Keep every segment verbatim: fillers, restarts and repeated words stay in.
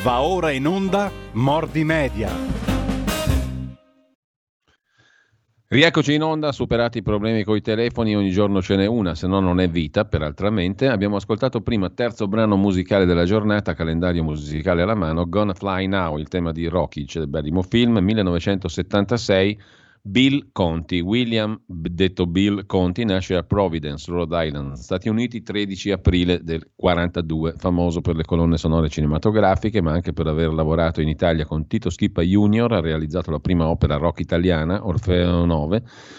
Va ora in onda Mordi Media. Rieccoci in onda, superati i problemi coi telefoni, ogni giorno ce n'è una, se no non è vita, per altra mente. Abbiamo ascoltato prima terzo brano musicale della giornata, calendario musicale alla mano, Gonna Fly Now, il tema di Rocky, il celeberrimo film, millenovecentosettantasei, Bill Conti. William, detto Bill Conti, nasce a Providence, Rhode Island, Stati Uniti, tredici aprile del quarantadue, famoso per le colonne sonore cinematografiche, ma anche per aver lavorato in Italia con Tito Schippa junior, ha realizzato la prima opera rock italiana, Orfeo nove,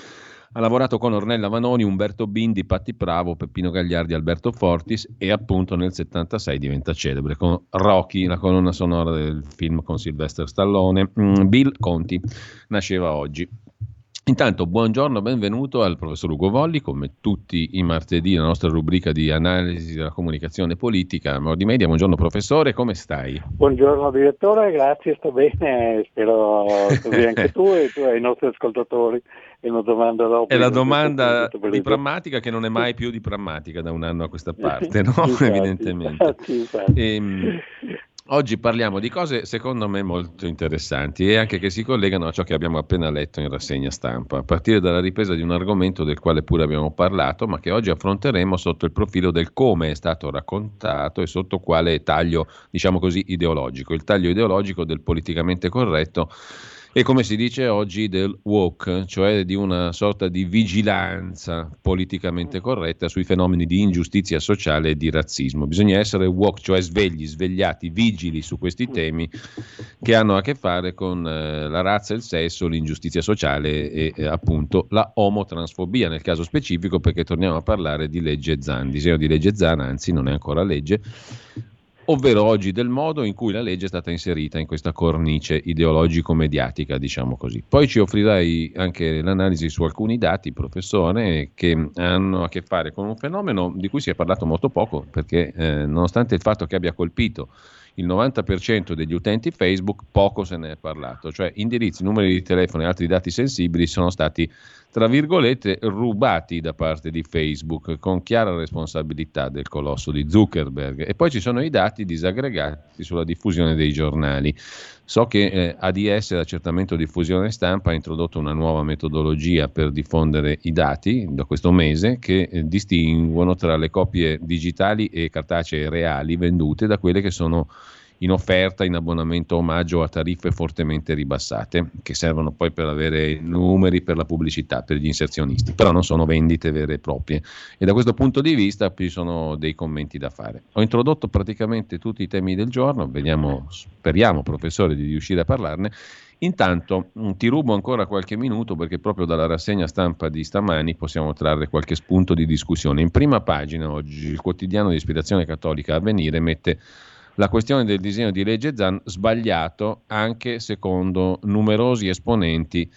ha lavorato con Ornella Vanoni, Umberto Bindi, Patti Pravo, Peppino Gagliardi, Alberto Fortis e appunto nel settantasei diventa celebre con Rocky, la colonna sonora del film con Sylvester Stallone. Bill Conti nasceva oggi. Intanto buongiorno, benvenuto al professor Ugo Volli, come tutti i martedì la nostra rubrica di analisi della comunicazione politica, Mordi Media. Buongiorno professore, come stai? Buongiorno direttore, grazie, sto bene, spero così anche tu e tu e i nostri ascoltatori. È una domanda dopo. È la domanda di prammatica che non è mai più di prammatica da un anno a questa parte, no? Infatti, evidentemente. Infatti, infatti. E, oggi parliamo di cose secondo me molto interessanti e anche che si collegano a ciò che abbiamo appena letto in rassegna stampa, a partire dalla ripresa di un argomento del quale pure abbiamo parlato, ma che oggi affronteremo sotto il profilo del come è stato raccontato e sotto quale taglio, diciamo così, ideologico, il taglio ideologico del politicamente corretto e, come si dice oggi, del woke, cioè di una sorta di vigilanza politicamente corretta sui fenomeni di ingiustizia sociale e di razzismo. Bisogna essere woke, cioè svegli, svegliati, vigili su questi temi che hanno a che fare con eh, la razza, il sesso, l'ingiustizia sociale e eh, appunto la omotransfobia nel caso specifico, perché torniamo a parlare di legge Zan, disegno di legge Zan, anzi non è ancora legge, ovvero oggi del modo in cui la legge è stata inserita in questa cornice ideologico-mediatica, diciamo così. Poi ci offrirai anche l'analisi su alcuni dati, professore, che hanno a che fare con un fenomeno di cui si è parlato molto poco, perché eh, nonostante il fatto che abbia colpito il novanta per cento degli utenti Facebook, poco se ne è parlato, cioè indirizzi, numeri di telefono e altri dati sensibili sono stati, tra virgolette, rubati da parte di Facebook, con chiara responsabilità del colosso di Zuckerberg. E poi ci sono i dati disaggregati sulla diffusione dei giornali. So che eh, A D S, l'accertamento diffusione stampa, ha introdotto una nuova metodologia per diffondere i dati da questo mese che eh, distinguono tra le copie digitali e cartacee reali vendute da quelle che sono in offerta, in abbonamento omaggio a tariffe fortemente ribassate, che servono poi per avere numeri per la pubblicità, per gli inserzionisti, però non sono vendite vere e proprie. E da questo punto di vista ci sono dei commenti da fare. Ho introdotto praticamente tutti i temi del giorno, vediamo, speriamo, professore, di riuscire a parlarne. Intanto mh, ti rubo ancora qualche minuto, perché proprio dalla rassegna stampa di stamani possiamo trarre qualche spunto di discussione. In prima pagina oggi il quotidiano di ispirazione cattolica Avvenire mette la questione del disegno di legge Zan sbagliato anche secondo numerosi esponenti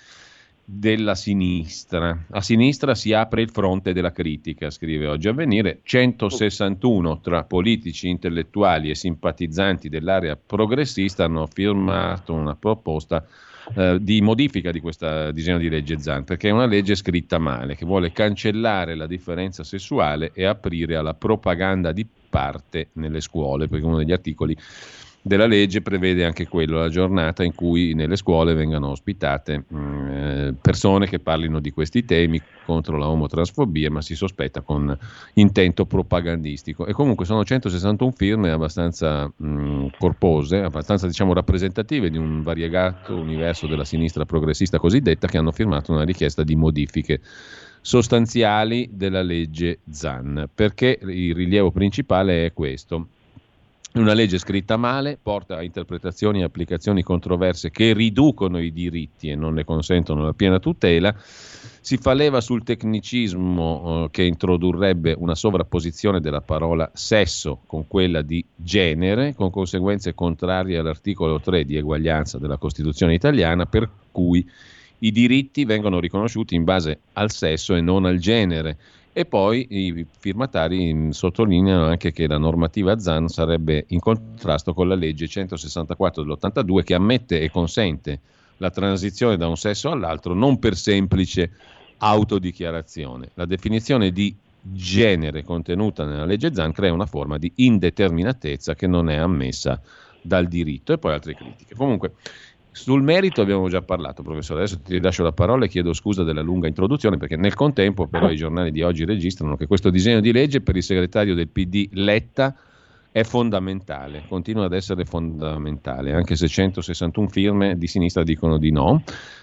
della sinistra. A sinistra si apre il fronte della critica, scrive oggi Avvenire, centosessantuno tra politici, intellettuali e simpatizzanti dell'area progressista hanno firmato una proposta eh, di modifica di questo disegno di legge Zan, perché è una legge scritta male, che vuole cancellare la differenza sessuale e aprire alla propaganda di parte nelle scuole, perché uno degli articoli della legge prevede anche quello, la giornata in cui nelle scuole vengano ospitate mh, persone che parlino di questi temi contro la omotransfobia, ma si sospetta con intento propagandistico. E comunque sono centosessantuno firme abbastanza mh, corpose, abbastanza diciamo rappresentative di un variegato universo della sinistra progressista cosiddetta, che hanno firmato una richiesta di modifiche sostanziali della legge Zan, perché il rilievo principale è questo: una legge scritta male porta a interpretazioni e applicazioni controverse che riducono i diritti e non ne consentono la piena tutela, si fa leva sul tecnicismo eh, che introdurrebbe una sovrapposizione della parola sesso con quella di genere, con conseguenze contrarie all'articolo tre di eguaglianza della Costituzione italiana, per cui i diritti vengono riconosciuti in base al sesso e non al genere. E poi i firmatari sottolineano anche che la normativa Zan sarebbe in contrasto con la legge centosessantaquattro dell'ottantadue, che ammette e consente la transizione da un sesso all'altro non per semplice autodichiarazione. La definizione di genere contenuta nella legge Zan crea una forma di indeterminatezza che non è ammessa dal diritto, e poi altre critiche. Comunque, sul merito abbiamo già parlato, professore. Adesso ti lascio la parola e chiedo scusa della lunga introduzione, perché nel contempo però i giornali di oggi registrano che questo disegno di legge per il segretario del P D Letta è fondamentale, continua ad essere fondamentale, anche se centosessantuno firme di sinistra dicono di no.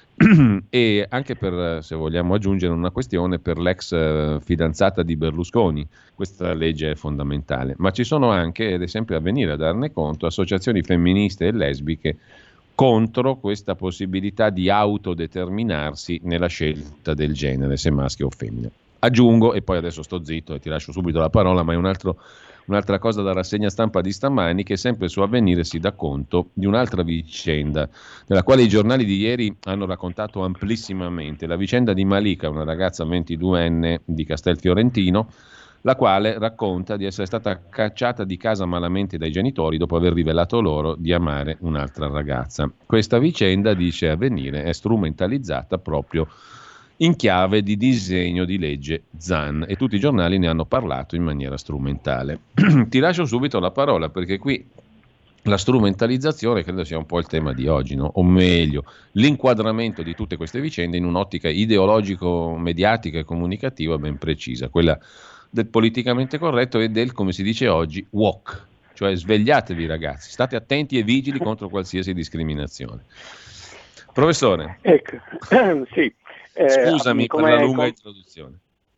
E anche per, se vogliamo aggiungere una questione, per l'ex eh, fidanzata di Berlusconi, questa legge è fondamentale. Ma ci sono anche, ed è sempre Avvenire a darne conto, associazioni femministe e lesbiche contro questa possibilità di autodeterminarsi nella scelta del genere, se maschio o femmina. Aggiungo, e poi adesso sto zitto e ti lascio subito la parola, ma è un altro Un'altra cosa da rassegna stampa di stamani, che sempre su Avvenire si dà conto di un'altra vicenda, della quale i giornali di ieri hanno raccontato amplissimamente, la vicenda di Malika, una ragazza ventiduenne di Castelfiorentino, la quale racconta di essere stata cacciata di casa malamente dai genitori dopo aver rivelato loro di amare un'altra ragazza. Questa vicenda, dice Avvenire, è strumentalizzata proprio in chiave di disegno di legge Zan, e tutti i giornali ne hanno parlato in maniera strumentale. Ti lascio subito la parola, perché qui la strumentalizzazione credo sia un po' il tema di oggi, no? O meglio, l'inquadramento di tutte queste vicende in un'ottica ideologico-mediatica e comunicativa ben precisa, quella del politicamente corretto e del, come si dice oggi, woke, cioè svegliatevi ragazzi, state attenti e vigili contro qualsiasi discriminazione. Professore. Ecco, sì. Eh, Scusami come, per la lunga com... introduzione.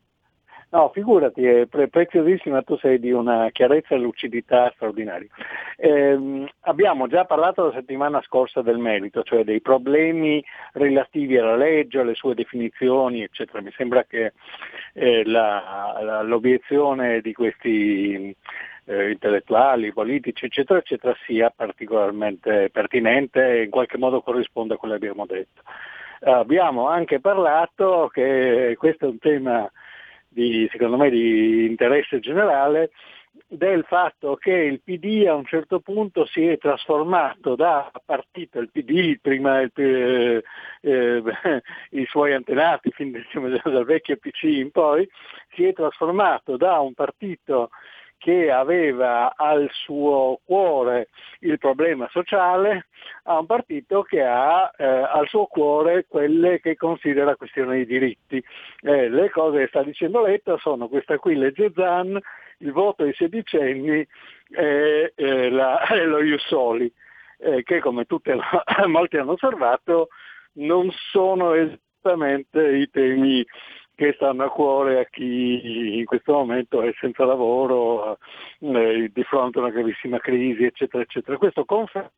No, figurati, è pre- preziosissima, tu sei di una chiarezza e lucidità straordinaria. Eh, abbiamo già parlato la settimana scorsa del merito, cioè dei problemi relativi alla legge, alle sue definizioni, eccetera. Mi sembra che eh, la, la, l'obiezione di questi eh, intellettuali, politici, eccetera, eccetera, sia particolarmente pertinente e in qualche modo corrisponde a quello che abbiamo detto. Abbiamo anche parlato che questo è un tema di, secondo me, di interesse generale, del fatto che il P D a un certo punto si è trasformato da partito, il P D, prima il, eh, eh, i suoi antenati, fin dal vecchio P C in poi, si è trasformato da un partito che aveva al suo cuore il problema sociale a un partito che ha eh, al suo cuore quelle che considera questione di diritti. Eh, le cose che sta dicendo Letta sono questa qui, legge Zan, il voto ai sedicenni e eh, la, lo Ius Soli, eh, che come tutti molti hanno osservato non sono esattamente i temi che stanno a cuore a chi in questo momento è senza lavoro, eh, di fronte a una gravissima crisi, eccetera, eccetera. Questo conferma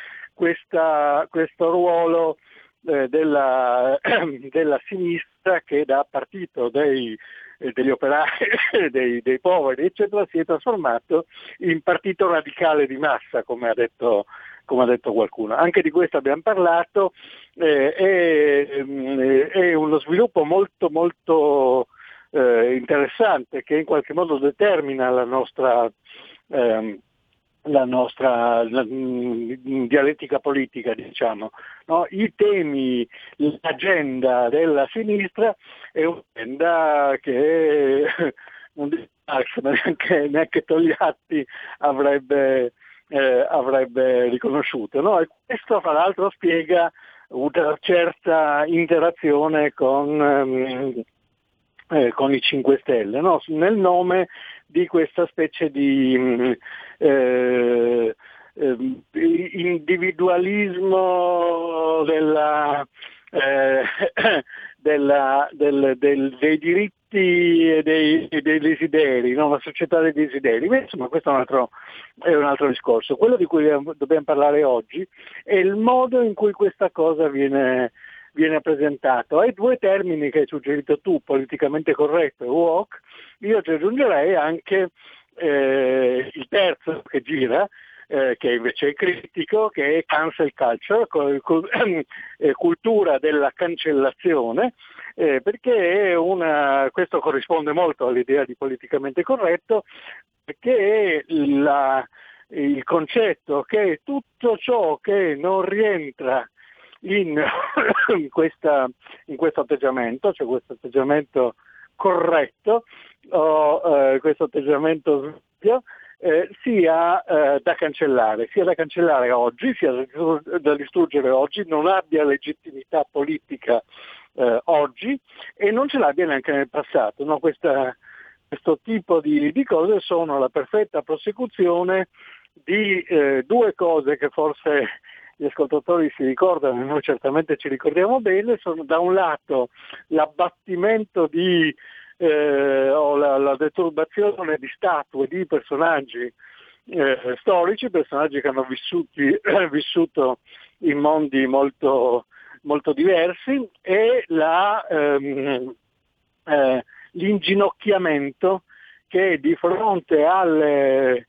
questa, questo ruolo eh, della, della sinistra, che da partito dei, eh, degli operai, dei, dei poveri, eccetera, si è trasformato in partito radicale di massa, come ha detto come ha detto qualcuno. Anche di questo abbiamo parlato, eh, è, è uno sviluppo molto molto eh, interessante, che in qualche modo determina la nostra, eh, la nostra la, mh, dialettica politica, diciamo. No? I temi, l'agenda della sinistra è un'agenda che non neanche, neanche Togliatti avrebbe Eh, avrebbe riconosciuto, no? E questo fra l'altro spiega una certa interazione con, ehm, eh, con i cinque Stelle, no? Nel nome di questa specie di eh, eh, individualismo della, eh, della, del, del, dei diritti e dei, dei desideri, no? Una società dei desideri. Beh, insomma, questo è un, altro, è un altro discorso. Quello di cui dobbiamo parlare oggi è il modo in cui questa cosa viene, viene presentato. Ai due termini che hai suggerito tu, politicamente corretto e woke, io ci aggiungerei anche eh, il terzo che gira, Eh, che invece è critico, che è cancel culture, cultura della cancellazione, eh, perché è una, questo corrisponde molto all'idea di politicamente corretto, perché è la, il concetto che tutto ciò che non rientra in, in, questa, in questo atteggiamento, cioè questo atteggiamento corretto o eh, questo atteggiamento sbaglio, eh, sia eh, da cancellare, sia da cancellare oggi, sia da, da distruggere oggi, non abbia legittimità politica eh, oggi e non ce l'abbia neanche nel passato. No? Questa, questo tipo di, di cose sono la perfetta prosecuzione di eh, due cose che forse gli ascoltatori si ricordano, noi certamente ci ricordiamo bene. Sono da un lato l'abbattimento di eh, o la, la deturbazione di statue di personaggi eh, storici, personaggi che hanno vissuti, eh, vissuto in mondi molto, molto diversi, e la, ehm, eh, l'inginocchiamento che di fronte alle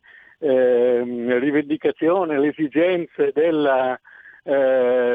Eh, rivendicazione, le esigenze della, eh,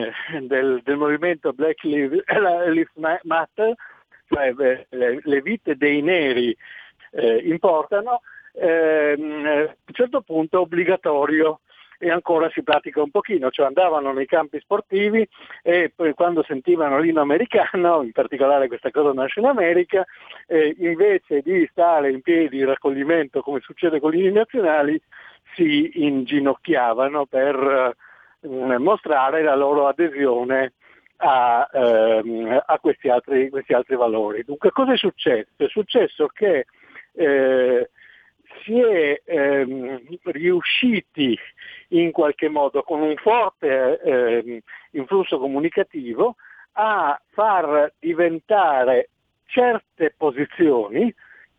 del, del movimento Black Lives Matter, cioè le, le vite dei neri eh, importano, eh, a un certo punto è obbligatorio, e ancora si pratica un pochino, cioè andavano nei campi sportivi e poi quando sentivano l'inno americano, in particolare questa cosa nasce in America, eh, invece di stare in piedi in raccoglimento come succede con gli inni nazionali, si inginocchiavano per eh, mostrare la loro adesione a, ehm, a questi altri, questi altri valori. Dunque cosa è successo? È successo che eh, si è ehm, riusciti in qualche modo, con un forte ehm, influsso comunicativo, a far diventare certe posizioni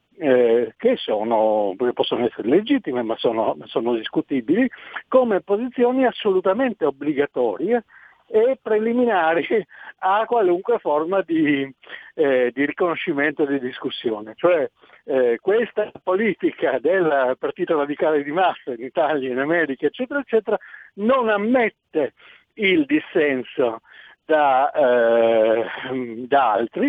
eh, che sono, che possono essere legittime ma sono, sono discutibili, come posizioni assolutamente obbligatorie e preliminari a qualunque forma di, eh, di riconoscimento e di discussione. Cioè eh, questa politica del partito radicale di massa in Italia, in America, eccetera, eccetera, non ammette il dissenso da, eh, da altri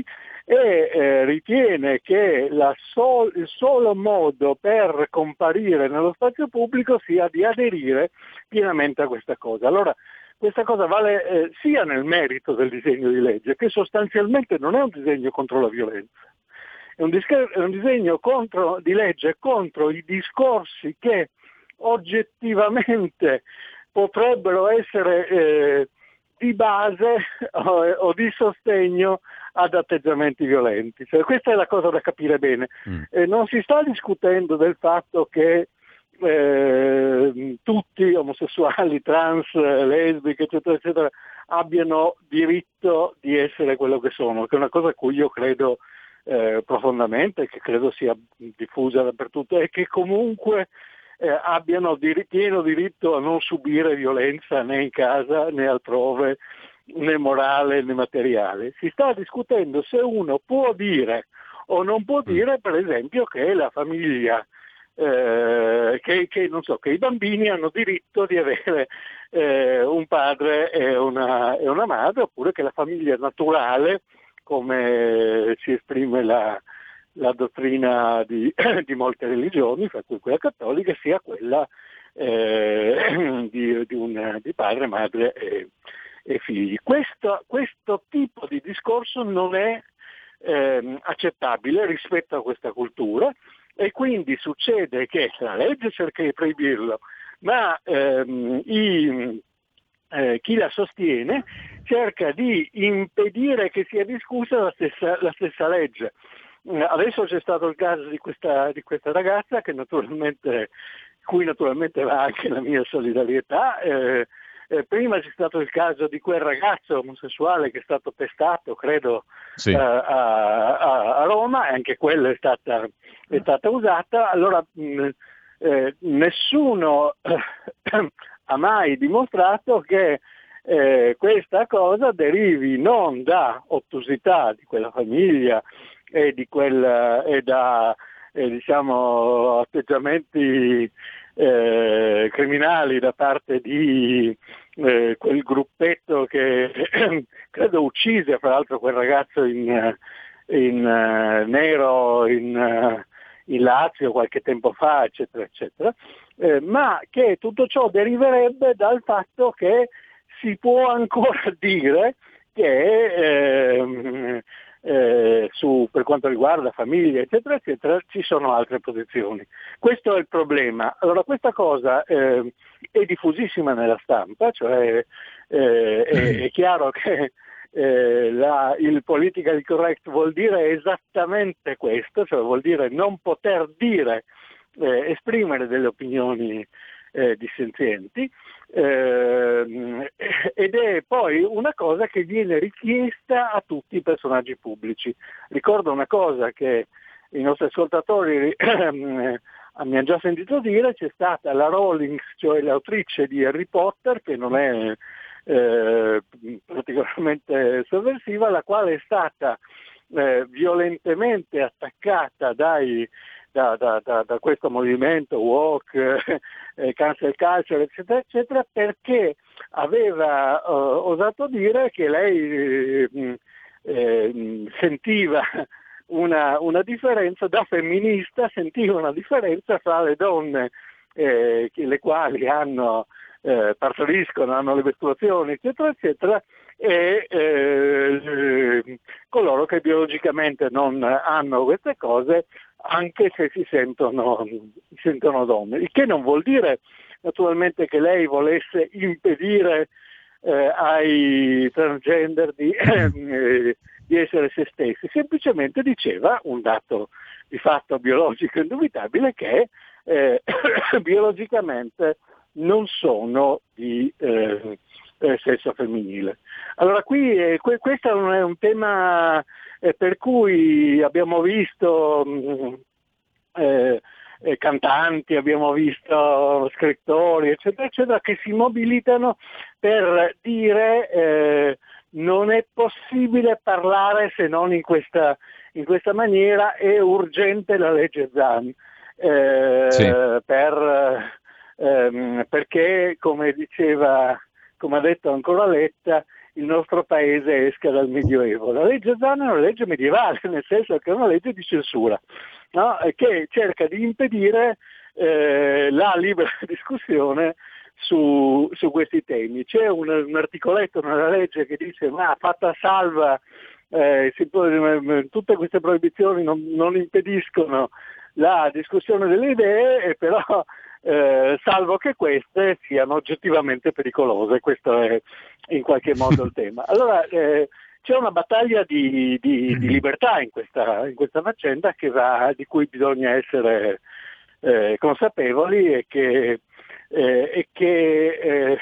e eh, ritiene che la sol- il solo modo per comparire nello spazio pubblico sia di aderire pienamente a questa cosa. Allora, questa cosa vale eh, sia nel merito del disegno di legge, che sostanzialmente non è un disegno contro la violenza, è un, dis- è un disegno contro, di legge contro i discorsi che oggettivamente potrebbero essere eh, di base o, o di sostegno ad atteggiamenti violenti. Cioè, questa è la cosa da capire bene. Mm. Eh, non si sta discutendo del fatto che Eh, tutti omosessuali, trans, lesbiche, eccetera, eccetera, abbiano diritto di essere quello che sono, che è una cosa a cui io credo eh, profondamente, che credo sia diffusa dappertutto, e che comunque eh, abbiano dir- pieno diritto a non subire violenza né in casa né altrove, né morale né materiale. Si sta discutendo se uno può dire o non può dire, per esempio, che la famiglia Eh, che, che, non so, che i bambini hanno diritto di avere eh, un padre e una, e una madre, oppure che la famiglia naturale, come si esprime la, la dottrina di, di molte religioni, fra cui quella cattolica, sia quella eh, di, di, un, di padre, madre e, e figli. Questo, questo tipo di discorso non è eh, accettabile rispetto a questa cultura. E quindi succede che la legge cerca di proibirlo, ma ehm, i, eh, chi la sostiene cerca di impedire che sia discussa la stessa, la stessa legge. Adesso c'è stato il caso di questa, di questa ragazza, che naturalmente, cui naturalmente va anche la mia solidarietà. Eh, Eh, prima c'è stato il caso di quel ragazzo omosessuale che è stato pestato, credo, sì. eh, a, a, a Roma, e anche quella è stata, è stata usata. Allora mh, eh, nessuno eh, ha mai dimostrato che eh, questa cosa derivi non da ottusità di quella famiglia e, di quel, e da eh, diciamo atteggiamenti Eh, criminali da parte di eh, quel gruppetto che credo uccise fra l'altro quel ragazzo in, in uh, nero in, uh, in Lazio qualche tempo fa, eccetera, eccetera, eh, ma che tutto ciò deriverebbe dal fatto che si può ancora dire che eh, eh, su, per quanto riguarda famiglie, eccetera, eccetera, ci sono altre posizioni. Questo è il problema. Allora questa cosa eh, è diffusissima nella stampa, cioè eh, è, è chiaro che Eh, la, il politically correct vuol dire esattamente questo, cioè vuol dire non poter dire, eh, esprimere delle opinioni eh, dissenzienti, eh, ed è poi una cosa che viene richiesta a tutti i personaggi pubblici. Ricordo una cosa che i nostri ascoltatori eh, mi hanno già sentito dire: c'è stata la Rowling, cioè l'autrice di Harry Potter, che non è Eh, particolarmente sovversiva, la quale è stata eh, violentemente attaccata dai, da, da, da, da questo movimento woke, eh, cancel culture, eccetera, eccetera, perché aveva eh, osato dire che lei eh, eh, sentiva una, una differenza, da femminista sentiva una differenza fra le donne eh, le quali hanno Eh, partoriscono, hanno le mestruazioni, eccetera, eccetera, e eh, coloro che biologicamente non hanno queste cose, anche se si sentono, si sentono donne. Il che non vuol dire naturalmente che lei volesse impedire eh, ai transgender di, eh, di essere se stessi, semplicemente diceva un dato di fatto biologico indubitabile, che eh, biologicamente non sono di eh, eh, sesso femminile. Allora qui eh, que- questo è un, è un tema eh, per cui abbiamo visto mh, eh, eh, cantanti, abbiamo visto scrittori, eccetera, eccetera, che si mobilitano per dire eh, non è possibile parlare se non in questa, in questa maniera, è urgente la legge Zan eh, sì. per... Um, perché, come diceva, come ha detto ancora Letta, il nostro paese esca dal Medioevo. La legge Zan è una legge medievale, nel senso che è una legge di censura, no? Che cerca di impedire eh, la libera discussione su, su questi temi. C'è un, un articoletto nella legge che dice: ma fatta salva, eh, si può, tutte queste proibizioni non, non impediscono la discussione delle idee, e però Eh, salvo che queste siano oggettivamente pericolose. Questo è in qualche modo il tema. Allora eh, c'è una battaglia di, di, di libertà in questa, in questa faccenda che va, di cui bisogna essere eh, consapevoli, e che, eh, e che eh,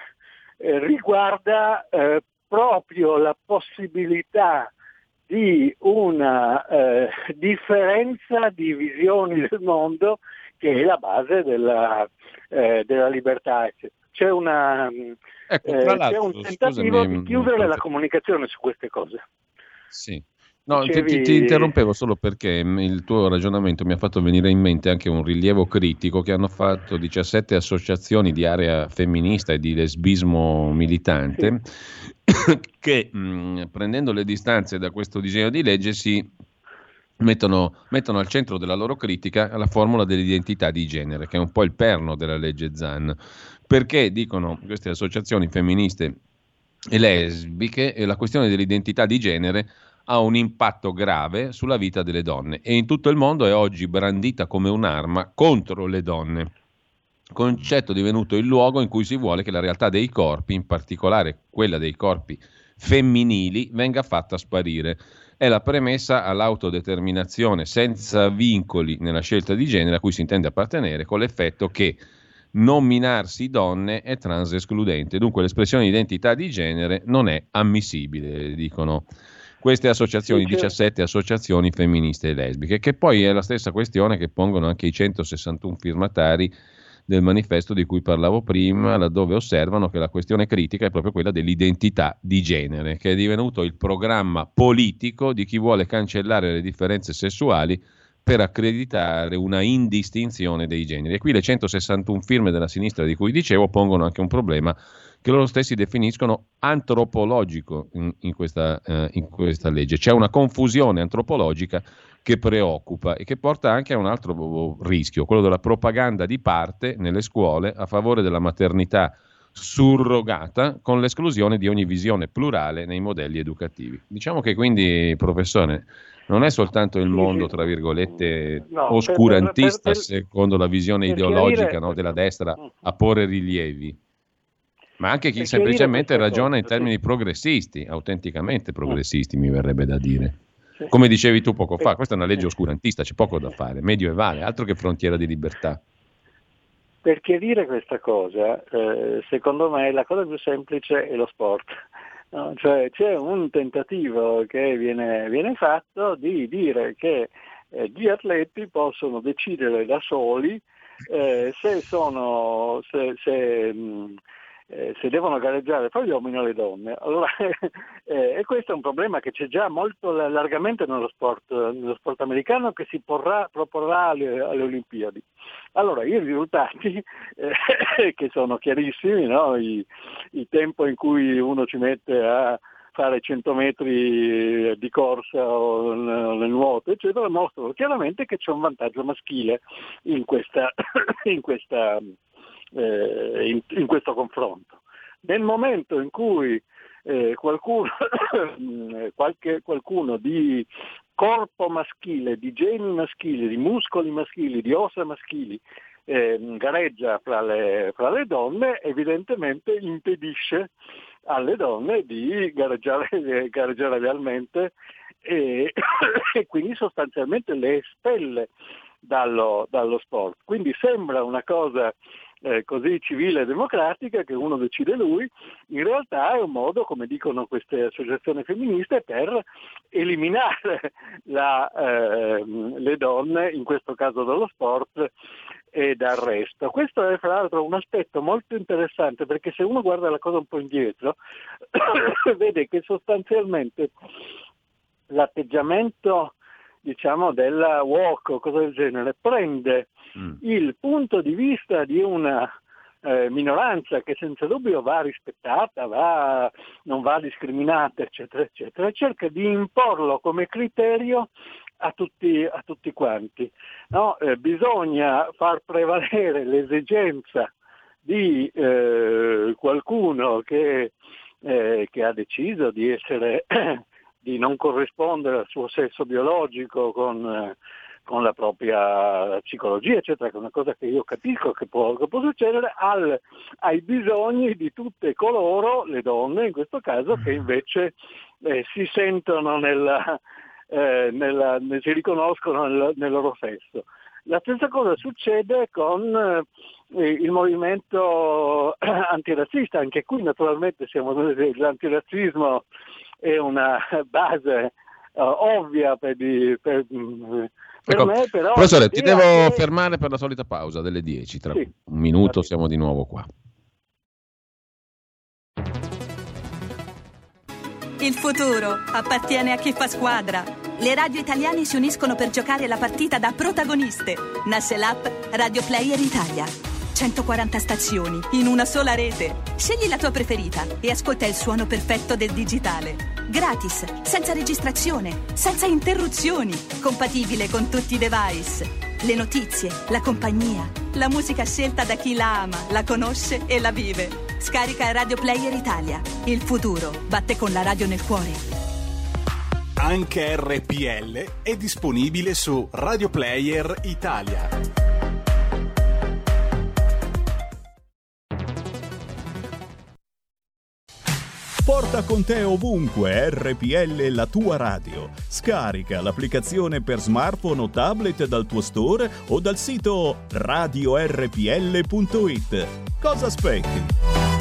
riguarda eh, proprio la possibilità di una eh, differenza di visioni del mondo, che è la base della, eh, della libertà. C'è, una, ecco, eh, c'è un tentativo scusami, di chiudere la comunicazione su queste cose. Sì. No, Dicevi... ti, ti interrompevo solo perché il tuo ragionamento mi ha fatto venire in mente anche un rilievo critico che hanno fatto diciassette associazioni di area femminista e di lesbismo militante, sì. che mh, prendendo le distanze da questo disegno di legge si Mettono, mettono al centro della loro critica la formula dell'identità di genere, che è un po' il perno della legge Zan, perché dicono queste associazioni femministe e lesbiche e la questione dell'identità di genere ha un impatto grave sulla vita delle donne e in tutto il mondo è oggi brandita come un'arma contro le donne, concetto divenuto il luogo in cui si vuole che la realtà dei corpi, in particolare quella dei corpi femminili, venga fatta sparire. È la premessa all'autodeterminazione senza vincoli nella scelta di genere a cui si intende appartenere, con l'effetto che nominarsi donne è trans escludente. Dunque l'espressione identità di genere non è ammissibile, dicono queste associazioni, diciassette associazioni femministe e lesbiche, che poi è la stessa questione che pongono anche i centosessantuno firmatari del manifesto di cui parlavo prima, laddove osservano che la questione critica è proprio quella dell'identità di genere, che è divenuto il programma politico di chi vuole cancellare le differenze sessuali per accreditare una indistinzione dei generi. E qui le centosessantuno firme della sinistra di cui dicevo pongono anche un problema che loro stessi definiscono antropologico in, in, questa, eh, in questa legge. C'è una confusione antropologica che preoccupa e che porta anche a un altro rischio, quello della propaganda di parte nelle scuole a favore della maternità surrogata con l'esclusione di ogni visione plurale nei modelli educativi. Diciamo che quindi, professore, non è soltanto il mondo, tra virgolette, no, oscurantista, per, per, per, secondo la visione ideologica chiarire, no, della destra, a porre rilievi, ma anche chi semplicemente ragiona cosa, in termini sì. progressisti, autenticamente progressisti, mi verrebbe da dire. Sì. Come dicevi tu poco fa, questa è una legge oscurantista, c'è poco da fare, medievale, altro che frontiera di libertà. Per chiarire questa cosa, eh, secondo me la cosa più semplice è lo sport. No? Cioè c'è un tentativo che viene, viene fatto di dire che eh, gli atleti possono decidere da soli eh, se sono se, se, mh, eh, se devono gareggiare fra gli uomini o le donne. Allora, eh, e questo è un problema che c'è già molto largamente nello sport, nello sport americano, che si porrà, proporrà alle, alle Olimpiadi. Allora, i risultati, eh, che sono chiarissimi, no? I, il tempo in cui uno ci mette a fare cento metri di corsa o nel nuoto, eccetera, mostrano chiaramente che c'è un vantaggio maschile in, questa, in, questa, eh, in, in questo confronto. Nel momento in cui eh, qualcuno, qualche, qualcuno di corpo maschile, di geni maschili, di muscoli maschili, di ossa maschili eh, gareggia fra le, fra le donne, evidentemente impedisce alle donne di gareggiare, gareggiare realmente e, e quindi sostanzialmente le espelle dallo, dallo sport. Quindi sembra una cosa eh, così civile e democratica che uno decide lui, in realtà è un modo, come dicono queste associazioni femministe, per eliminare la, eh, le donne, in questo caso dallo sport e dal resto. Questo è fra l'altro un aspetto molto interessante, perché se uno guarda la cosa un po' indietro vede che sostanzialmente l'atteggiamento, diciamo, della woke o cosa del genere prende mm. il punto di vista di una eh, minoranza che senza dubbio va rispettata, va, non va discriminata, eccetera, eccetera, e cerca di imporlo come criterio a tutti, a tutti quanti. No? Eh, bisogna far prevalere l'esigenza di eh, qualcuno che, eh, che ha deciso di essere di non corrispondere al suo sesso biologico con, eh, con la propria psicologia, eccetera, che è una cosa che io capisco che può, che può succedere, al, ai bisogni di tutte coloro, le donne in questo caso, che invece eh, si sentono nella, eh, nella, si riconoscono nel, nel loro sesso. La stessa cosa succede con eh, il movimento antirazzista, anche qui naturalmente siamo l'antirazzismo è una base uh, ovvia per, di, per, per ecco, me, però... Professore, ti devo che... fermare per la solita pausa delle dieci, tra sì. un minuto sì. Siamo di nuovo qua. Il futuro appartiene a chi fa squadra. Le radio italiane si uniscono per giocare la partita da protagoniste. Nasce l'app Radio Player Italia. centoquaranta stazioni in una sola rete. Scegli la tua preferita e ascolta il suono perfetto del digitale. Gratis, senza registrazione, senza interruzioni, compatibile con tutti i device. Le notizie, la compagnia, la musica scelta da chi la ama, la conosce e la vive. Scarica Radio Player Italia. Il futuro batte con la radio nel cuore. Anche R P L è disponibile su Radio Player Italia. Porta con te ovunque R P L, la tua radio. Scarica l'applicazione per smartphone o tablet dal tuo store o dal sito radio erre pi elle punto it. Cosa aspetti?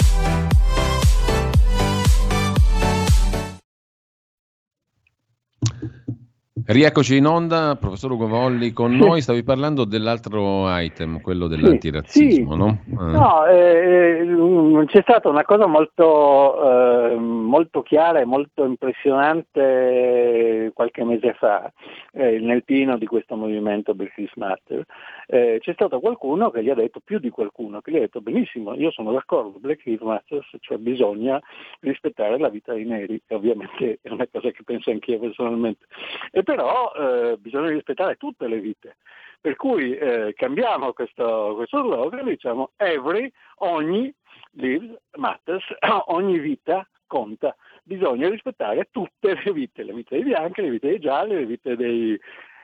Rieccoci in onda, professor Ugo Volli con noi. Stavi parlando dell'altro item, quello dell'antirazzismo, sì, no? Sì. Eh. No, eh, c'è stata una cosa molto, eh, molto chiara e molto impressionante qualche mese fa, eh, nel pieno di questo movimento Black Lives Matter. Eh, c'è stato qualcuno che gli ha detto, più di qualcuno, che gli ha detto benissimo, io sono d'accordo, Black Lives Matter, cioè bisogna rispettare la vita dei neri, e ovviamente è una cosa che penso anch'io personalmente. E però eh, bisogna rispettare tutte le vite, per cui eh, cambiamo questo, questo slogan, diciamo every, ogni lives matters, ogni vita conta, bisogna rispettare tutte le vite, le vite dei bianchi, le vite dei gialli, le vite dei,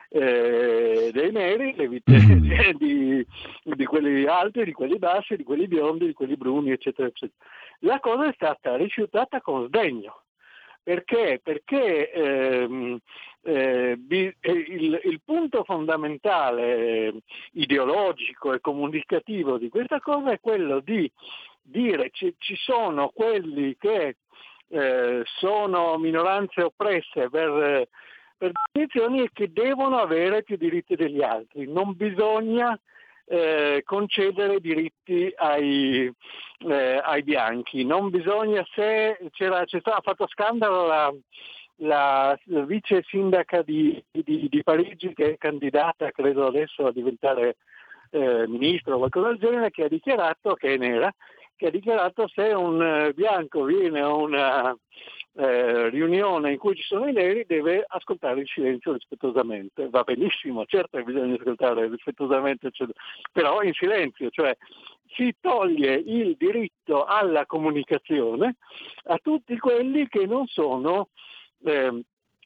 eh, dei neri, le vite di, di quelli alti, di quelli bassi, di quelli biondi, di quelli bruni, eccetera, eccetera. La cosa è stata rifiutata con sdegno. Perché? Perché ehm, eh, bi, eh, il, il punto fondamentale eh, ideologico e comunicativo di questa cosa è quello di dire ci, ci sono quelli che eh, sono minoranze oppresse per, per definizione e che devono avere più diritti degli altri. Non bisogna Eh, concedere diritti ai, eh, ai bianchi, non bisogna, se c'era, c'è stato, ha fatto scandalo la, la, la vice sindaca di, di, di Parigi, che è candidata credo adesso a diventare eh, ministro o qualcosa del genere, che ha dichiarato, che è nera, che ha dichiarato se un eh, bianco viene a una eh, riunione in cui ci sono i neri deve ascoltare il silenzio rispettosamente. Va benissimo, certo che bisogna ascoltare rispettosamente, eccetera, però in silenzio, cioè si toglie il diritto alla comunicazione a tutti quelli che non sono eh,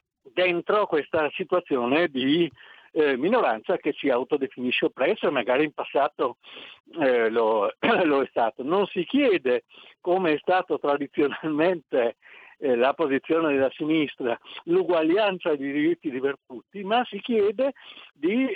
dentro questa situazione di Eh, minoranza che si autodefinisce oppressa e magari in passato eh, lo, lo è stato. Non si chiede, come è stato tradizionalmente eh, la posizione della sinistra, l'uguaglianza di diritti per tutti, ma si chiede di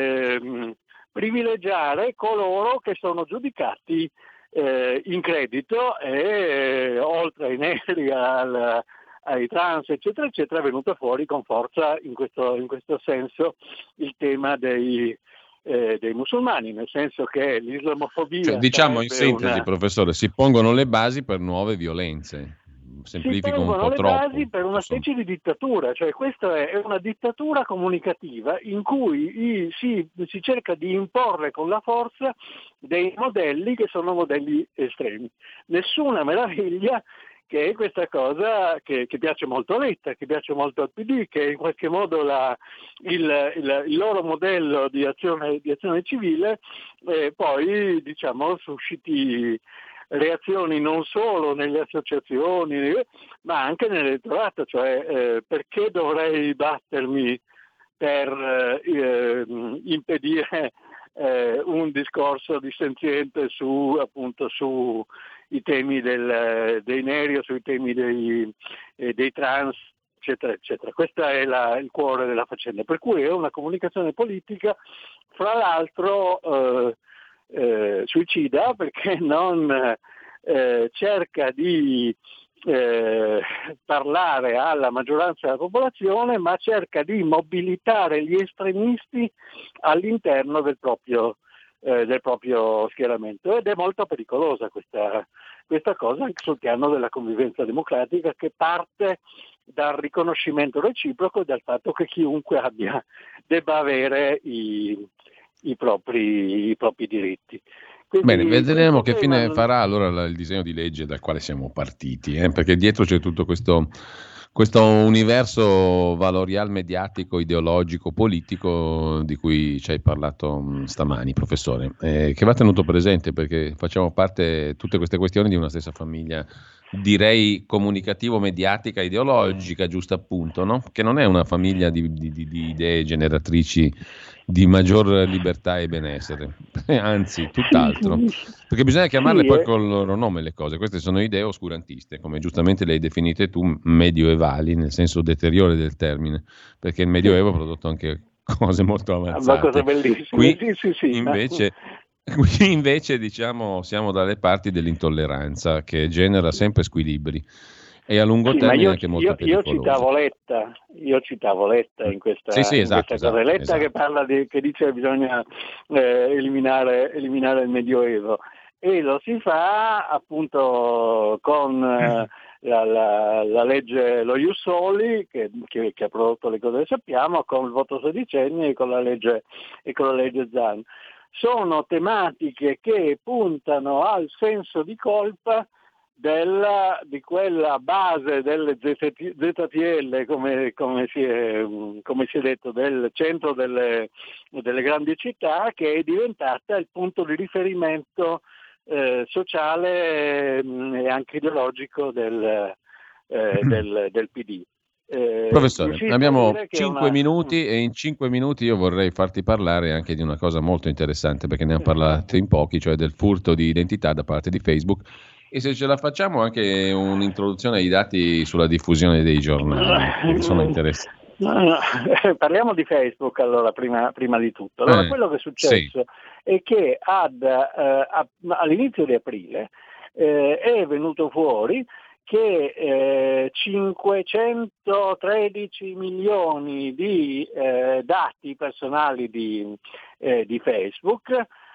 eh, privilegiare coloro che sono giudicati eh, in credito e eh, oltre ai neri, al ai trans, eccetera, eccetera, è venuto fuori con forza in questo, in questo senso il tema dei, eh, dei musulmani, nel senso che l'islamofobia... Cioè, diciamo in sintesi, una... professore, si pongono le basi per nuove violenze. Semplifico un po' le troppo. Basi per una specie di dittatura, cioè questa è una dittatura comunicativa in cui i, si, si cerca di imporre con la forza dei modelli che sono modelli estremi. Nessuna meraviglia che è questa cosa che, che piace molto a Letta, che piace molto al P D, che in qualche modo la, il, il, il loro modello di azione, di azione civile eh, poi diciamo susciti reazioni non solo nelle associazioni ma anche nell'elettorato, cioè eh, perché dovrei battermi per eh, impedire eh, un discorso dissenziente su appunto su i temi del, dei neri o sui temi dei, eh, dei trans, eccetera, eccetera. Questo è la, il cuore della faccenda, per cui è una comunicazione politica, fra l'altro eh, eh, suicida, perché non eh, cerca di eh, parlare alla maggioranza della popolazione, ma cerca di mobilitare gli estremisti all'interno del proprio Eh, del proprio schieramento, ed è molto pericolosa questa, questa cosa anche sul piano della convivenza democratica, che parte dal riconoscimento reciproco e dal fatto che chiunque abbia debba avere i, i, propri, i propri diritti. Quindi, bene, vedremo che tema... fine farà allora il disegno di legge dal quale siamo partiti, eh? Perché dietro c'è tutto questo questo universo valorial mediatico, ideologico, politico di cui ci hai parlato mh, stamani, professore, eh, che va tenuto presente perché facciamo parte tutte queste questioni di una stessa famiglia, direi comunicativo-mediatica, ideologica, giusto appunto, no? Che non è una famiglia di, di, di idee generatrici di maggior libertà e benessere, anzi, tutt'altro, perché bisogna chiamarle sì, poi eh. col loro nome le cose. Queste sono idee oscurantiste, come giustamente le hai definite tu, medioevali, nel senso deteriore del termine, perché il Medioevo ha prodotto anche cose molto avanzate. Una cosa bellissima. Qui, sì, sì, sì, invece, qui invece diciamo siamo dalle parti dell'intolleranza, che genera sempre squilibri e a lungo sì, termine io, anche molto io, pericolosi. Io citavo Letta, io citavo Letta in questa, sì, sì, esatto, in questa cosa. Esatto, Letta esatto. che parla di, che dice che bisogna eh, eliminare, eliminare il Medioevo, e lo si fa appunto con eh, la, la, la legge lo Ius Soli che, che, che ha prodotto le cose che sappiamo, con il voto sedicenni e con la legge e con la legge Zan. Sono tematiche che puntano al senso di colpa della, di quella base delle Z T L, come, come, si è, come si è detto, del centro delle, delle grandi città, che è diventata il punto di riferimento eh, sociale mh, e anche ideologico del, eh, del, del P D. Eh, Professore, abbiamo cinque una... minuti e in cinque minuti io vorrei farti parlare anche di una cosa molto interessante, perché ne hanno parlato in pochi, cioè del furto di identità da parte di Facebook, e se ce la facciamo anche un'introduzione ai dati sulla diffusione dei giornali, che sono interessanti. No, no. Parliamo di Facebook allora prima, prima di tutto. Allora, eh, quello che è successo sì. è che ad, eh, a, all'inizio di aprile eh, è venuto fuori che eh, cinquecentotredici milioni di eh, dati personali di, eh, di Facebook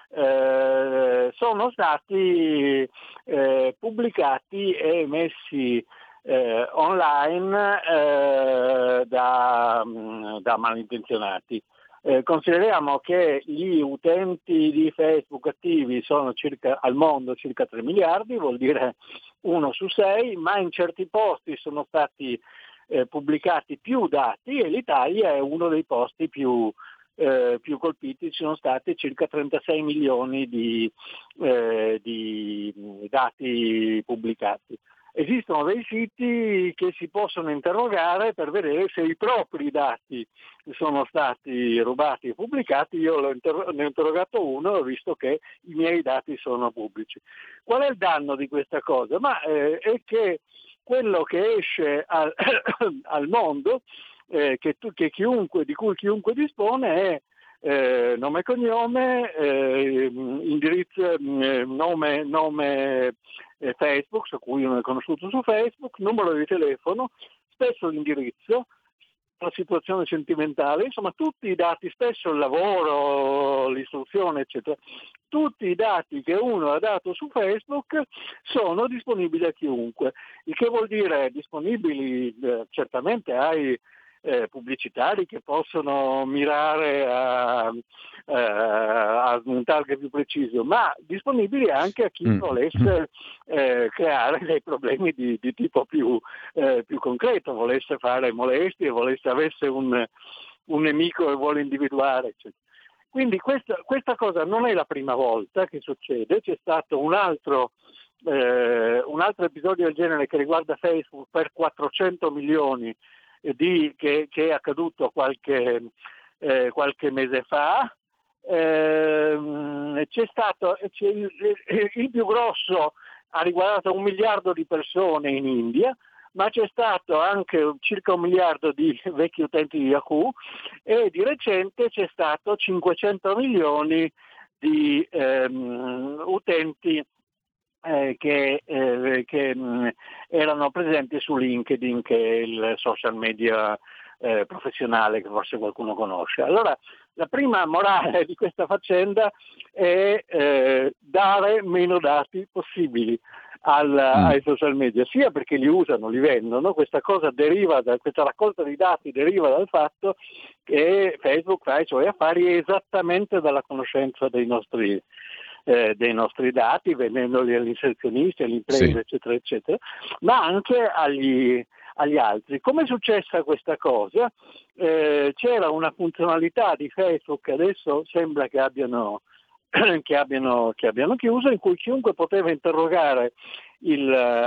eh, sono stati eh, pubblicati e messi eh, online eh, da, da malintenzionati. Eh, consideriamo che gli utenti di Facebook attivi sono circa al mondo circa tre miliardi, vuol dire uno su sei, ma in certi posti sono stati eh, pubblicati più dati e l'Italia è uno dei posti più, eh, più colpiti, ci sono stati circa trentasei milioni di, eh, di dati pubblicati. Esistono dei siti che si possono interrogare per vedere se i propri dati sono stati rubati e pubblicati. Io l'ho inter- ne ho interrogato uno e ho visto che i miei dati sono pubblici. Qual è il danno di questa cosa? Ma eh, è che quello che esce al, al mondo, eh, che, tu, che chiunque, di cui chiunque dispone, è Eh, nome e cognome, eh, indirizzo, eh, nome, nome eh, Facebook, su cui uno è conosciuto su Facebook, numero di telefono, spesso l'indirizzo, la situazione sentimentale, insomma tutti i dati, spesso il lavoro, l'istruzione, eccetera. Tutti i dati che uno ha dato su Facebook sono disponibili a chiunque, il che vuol dire disponibili eh, certamente ai Eh, pubblicitari che possono mirare a, eh, a un target più preciso, ma disponibili anche a chi mm. volesse eh, creare dei problemi di, di tipo più, eh, più concreto, volesse fare molestie, volesse avesse un, un nemico e vuole individuare, eccetera. Quindi questa, questa cosa non è la prima volta che succede, c'è stato un altro eh, un altro episodio del genere che riguarda Facebook per quattrocento milioni Di, che, che è accaduto qualche, eh, qualche mese fa. Eh, c'è stato c'è il, il più grosso ha riguardato un miliardo di persone in India, ma c'è stato anche circa un miliardo di vecchi utenti di Yahoo e di recente c'è stato cinquecento milioni di ehm, utenti Eh, che, eh, che mh, erano presenti su LinkedIn, che è il social media eh, professionale che forse qualcuno conosce. Allora, la prima morale di questa faccenda è eh, dare meno dati possibili al, mm. ai social media, sia perché li usano, li vendono, questa cosa deriva da, questa raccolta di dati deriva dal fatto che Facebook fa i suoi affari esattamente dalla conoscenza dei nostri Eh, dei nostri dati, vendendoli agli inserzionisti, alle imprese, sì. eccetera, eccetera, ma anche agli, agli altri. Come è successa questa cosa? Eh, c'era una funzionalità di Facebook che adesso sembra che abbiano, che abbiano, che abbiano chiuso, in cui chiunque poteva interrogare il,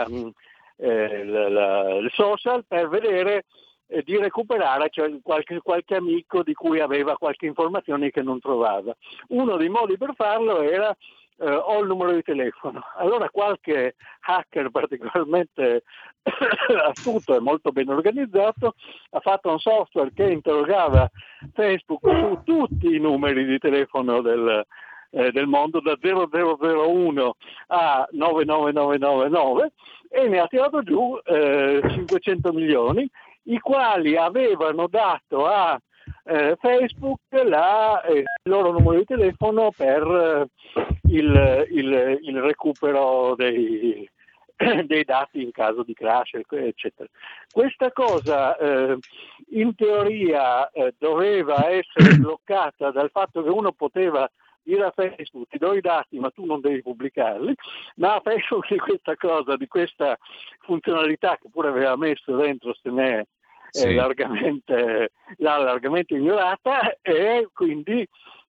eh, il, il social per vedere eh, di recuperare, cioè qualche, qualche amico di cui aveva qualche informazione che non trovava. Uno dei modi per farlo era eh, ho il numero di telefono. Allora qualche hacker particolarmente astuto e molto ben organizzato ha fatto un software che interrogava Facebook su tutti i numeri di telefono del, eh, del mondo, da zero zero zero uno a nove nove nove nove nove, e ne ha tirato giù eh, cinquecento milioni, i quali avevano dato a eh, Facebook la, eh, il loro numero di telefono per eh, il, il, il recupero dei, dei dati in caso di crash, eccetera. Questa cosa eh, in teoria eh, doveva essere bloccata dal fatto che uno poteva dire a Facebook ti do i dati ma tu non devi pubblicarli, ma Facebook di questa cosa, di questa funzionalità che pure aveva messo dentro, se ne è sì. largamente, l'ha largamente ignorata, e quindi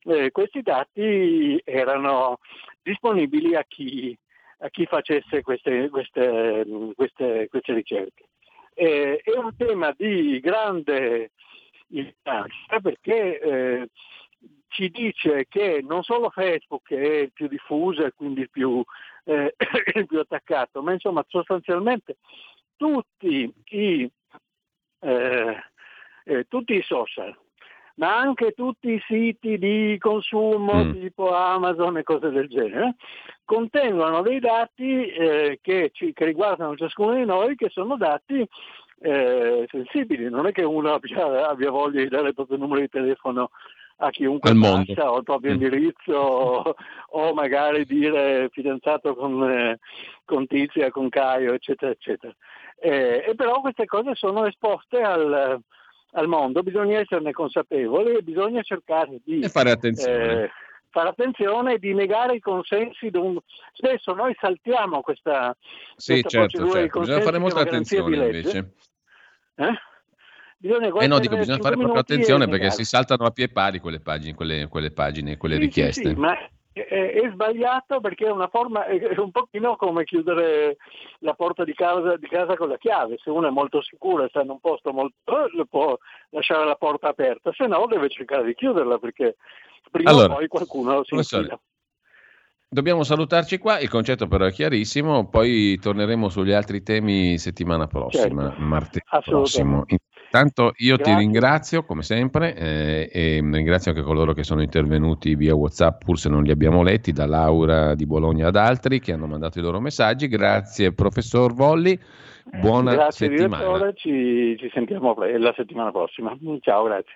eh, questi dati erano disponibili a chi, a chi facesse queste, queste, queste, queste ricerche. Eh, è un tema di grande importanza perché eh, ci dice che non solo Facebook è il più diffuso e quindi il più, eh, il più attaccato, ma insomma sostanzialmente tutti i, eh, eh, tutti i social, ma anche tutti i siti di consumo mm. tipo Amazon e cose del genere, contengono dei dati eh, che, ci, che riguardano ciascuno di noi, che sono dati eh, sensibili. Non è che uno abbia, abbia voglia di dare il proprio numero di telefono a chiunque passa, o il proprio indirizzo, o, o magari dire fidanzato con, eh, con Tizia, con Caio, eccetera, eccetera. Eh, e però queste cose sono esposte al, al mondo, bisogna esserne consapevoli e bisogna cercare di e fare attenzione. Eh, fare attenzione e di negare i consensi. Un... Spesso noi saltiamo questa, sì, questa certo, procedura certo. di consensi. Bisogna fare molta attenzione invece. Eh? Bisogna eh no, dico, bisogna fare proprio attenzione perché negare. Si saltano a pie pari quelle pagine, quelle, quelle pagine, quelle sì, richieste. Sì, sì, ma è, è sbagliato perché è una forma, è un pochino come chiudere la porta di casa, di casa con la chiave. Se uno è molto sicuro e sta in un posto molto, lo può lasciare la porta aperta, se no deve cercare di chiuderla perché prima allora, o poi qualcuno si infila. Dobbiamo salutarci qua, il concetto però è chiarissimo, poi torneremo sugli altri temi settimana prossima, certo, martedì prossimo. Intanto io Grazie. ti ringrazio come sempre eh, e ringrazio anche coloro che sono intervenuti via WhatsApp, pur se non li abbiamo letti, da Laura di Bologna ad altri che hanno mandato i loro messaggi. Grazie professor Volli, buona grazie, settimana. Direttore, ci, ci sentiamo la settimana prossima. Ciao, grazie.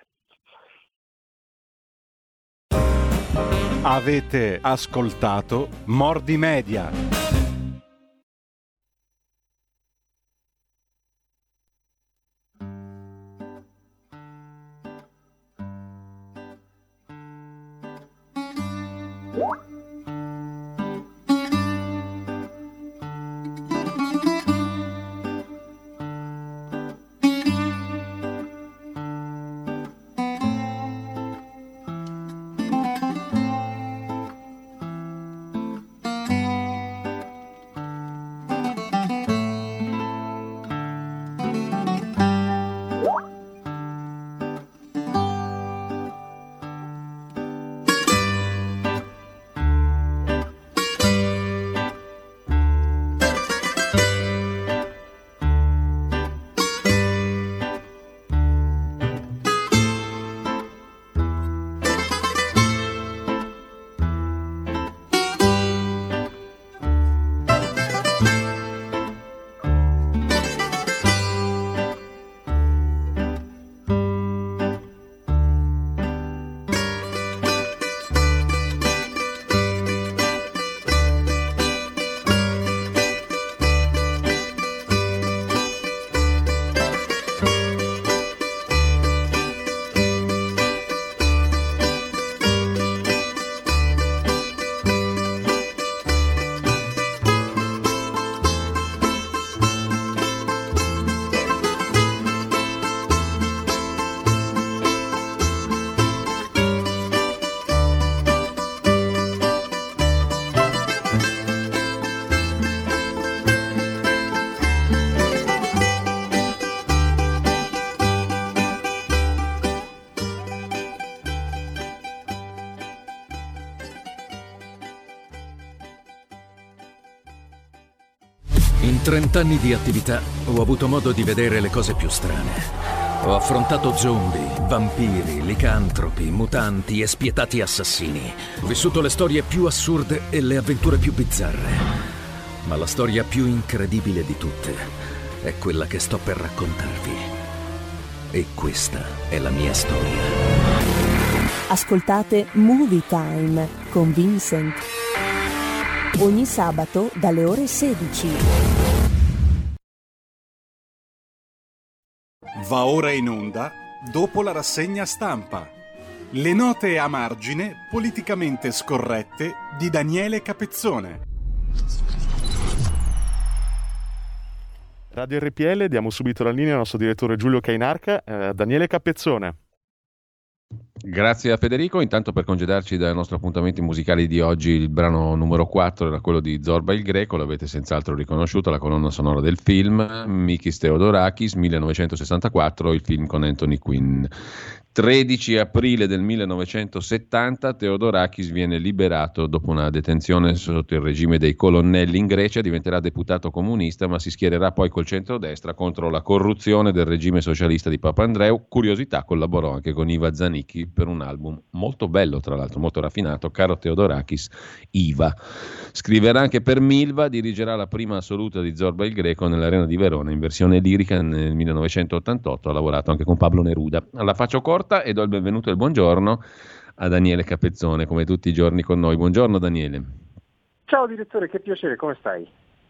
Avete ascoltato Mordi Media. In trent'anni di attività ho avuto modo di vedere le cose più strane. Ho affrontato zombie, vampiri, licantropi, mutanti e spietati assassini. Ho vissuto le storie più assurde e le avventure più bizzarre. Ma la storia più incredibile di tutte è quella che sto per raccontarvi. E questa è la mia storia. Ascoltate Movie Time con Vincent. Ogni sabato dalle ore sedici. Va ora in onda, dopo la rassegna stampa, le note a margine politicamente scorrette di Daniele Capezzone. Radio R P L, diamo subito la linea al nostro direttore Giulio Cainarca. Eh, Daniele Capezzone. Grazie a Federico. Intanto, per congedarci dai nostri appuntamenti musicali di oggi, il brano numero quattro era quello di Zorba il Greco, l'avete senz'altro riconosciuto, la colonna sonora del film, Mikis Theodorakis, millenovecentosessantaquattro, il film con Anthony Quinn. tredici aprile del millenovecentosettanta Theodorakis viene liberato dopo una detenzione sotto il regime dei colonnelli in Grecia, diventerà deputato comunista, ma si schiererà poi col centrodestra contro la corruzione del regime socialista di Papandreou. Curiosità, collaborò anche con Iva Zanicchi per un album molto bello, tra l'altro molto raffinato, Caro Theodorakis, Iva. Scriverà anche per Milva, dirigerà la prima assoluta di Zorba il Greco nell'Arena di Verona in versione lirica nel millenovecentottantotto, ha lavorato anche con Pablo Neruda. Alla faccio corta e do il benvenuto e il buongiorno a Daniele Capezzone, come tutti i giorni con noi. Buongiorno Daniele. Ciao direttore, che piacere, come stai?